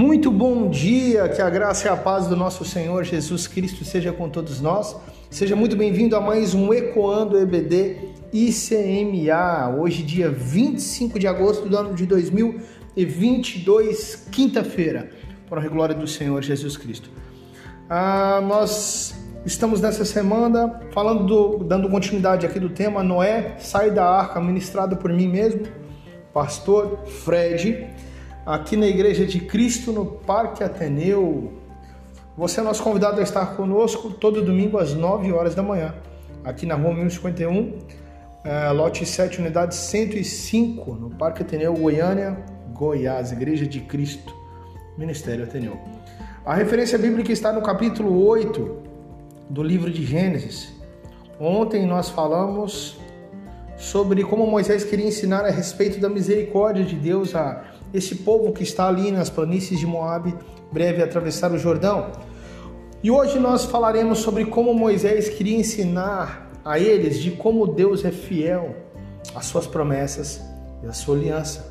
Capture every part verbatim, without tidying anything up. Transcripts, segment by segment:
Muito bom dia, que a graça e a paz do nosso Senhor Jesus Cristo seja com todos nós. Seja muito bem-vindo a mais um Ecoando E B D I C M A. Hoje, dia vinte e cinco de agosto do ano de dois mil e vinte e dois, quinta-feira, para a glória do Senhor Jesus Cristo. Ah, nós estamos nessa semana falando, do, dando continuidade aqui do tema Noé, sai da arca, ministrado por mim mesmo, pastor Fred, aqui na Igreja de Cristo, no Parque Ateneu. Você é nosso convidado a estar conosco todo domingo às nove horas da manhã, aqui na rua mil e cinquenta e um, é, lote sete, unidade cento e cinco, no Parque Ateneu, Goiânia, Goiás, Igreja de Cristo, Ministério Ateneu. A referência bíblica está no capítulo oito do livro de Gênesis. Ontem nós falamos sobre como Moisés queria ensinar a respeito da misericórdia de Deus a esse povo que está ali nas planícies de Moabe, breve a atravessar o Jordão. E hoje nós falaremos sobre como Moisés queria ensinar a eles de como Deus é fiel às suas promessas e à sua aliança.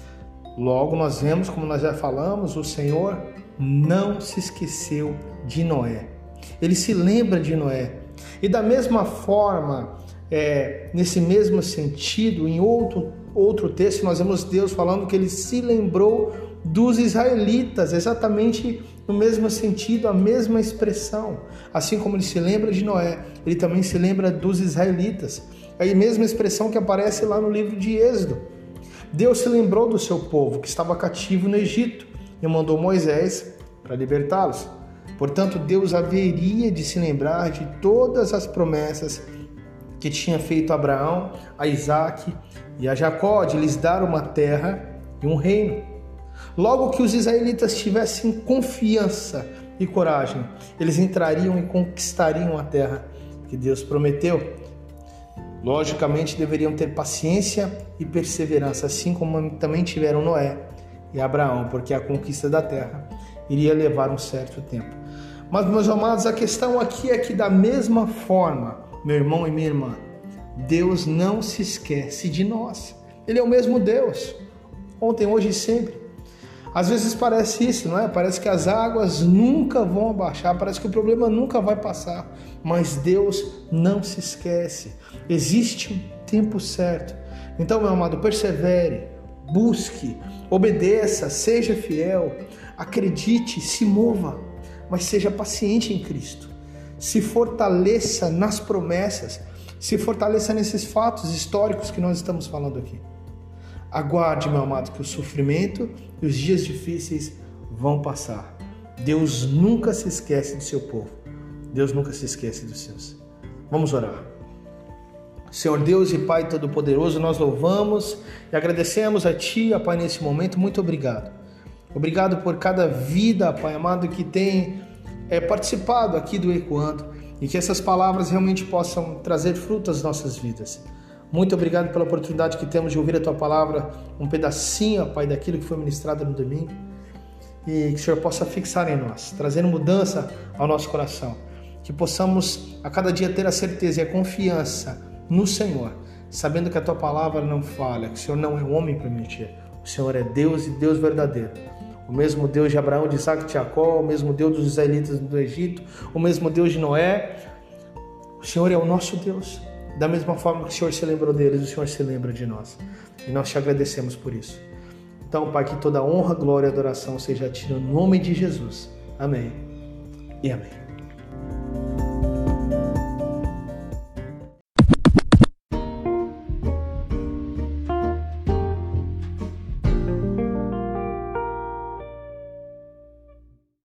Logo nós vemos, como nós já falamos, o Senhor não se esqueceu de Noé. Ele se lembra de Noé. E da mesma forma, é, nesse mesmo sentido, em outro, outro texto, nós vemos Deus falando que ele se lembrou dos israelitas, exatamente no mesmo sentido, a mesma expressão. Assim como ele se lembra de Noé, ele também se lembra dos israelitas. É a mesma expressão que aparece lá no livro de Êxodo. Deus se lembrou do seu povo que estava cativo no Egito e mandou Moisés para libertá-los. Portanto, Deus haveria de se lembrar de todas as promessas que tinha feito a Abraão, a Isaque e a Jacó, de lhes dar uma terra e um reino. Logo que os israelitas tivessem confiança e coragem, eles entrariam e conquistariam a terra que Deus prometeu. Logicamente, deveriam ter paciência e perseverança, assim como também tiveram Noé e Abraão, porque a conquista da terra iria levar um certo tempo. Mas, meus amados, a questão aqui é que, da mesma forma, meu irmão e minha irmã, Deus não se esquece de nós. Ele é o mesmo Deus, ontem, hoje e sempre. Às vezes parece isso, não é? Parece que as águas nunca vão abaixar, parece que o problema nunca vai passar, mas Deus não se esquece. Existe um tempo certo. Então, meu amado, persevere, busque, obedeça, seja fiel, acredite, se mova, mas seja paciente em Cristo. Se fortaleça nas promessas, se fortaleça nesses fatos históricos que nós estamos falando aqui. Aguarde, meu amado, que o sofrimento e os dias difíceis vão passar. Deus nunca se esquece do seu povo. Deus nunca se esquece dos seus. Vamos orar. Senhor Deus e Pai Todo-Poderoso, nós louvamos e agradecemos a Ti, Pai, nesse momento. Muito obrigado. Obrigado por cada vida, Pai amado, que tem é, participado aqui do Ecoando e que essas palavras realmente possam trazer fruto às nossas vidas. Muito obrigado pela oportunidade que temos de ouvir a Tua palavra, um pedacinho, Pai, daquilo que foi ministrado no domingo, e que o Senhor possa fixar em nós, trazendo mudança ao nosso coração, que possamos a cada dia ter a certeza e a confiança no Senhor, sabendo que a Tua palavra não falha, que o Senhor não é homem para mentir, o Senhor é Deus e Deus verdadeiro. O mesmo Deus de Abraão, de Isaque e de Jacó, o mesmo Deus dos israelitas do Egito, o mesmo Deus de Noé. O Senhor é o nosso Deus. Da mesma forma que o Senhor se lembrou deles, o Senhor se lembra de nós. E nós te agradecemos por isso. Então, Pai, que toda honra, glória e adoração seja a Ti no nome de Jesus. Amém e amém.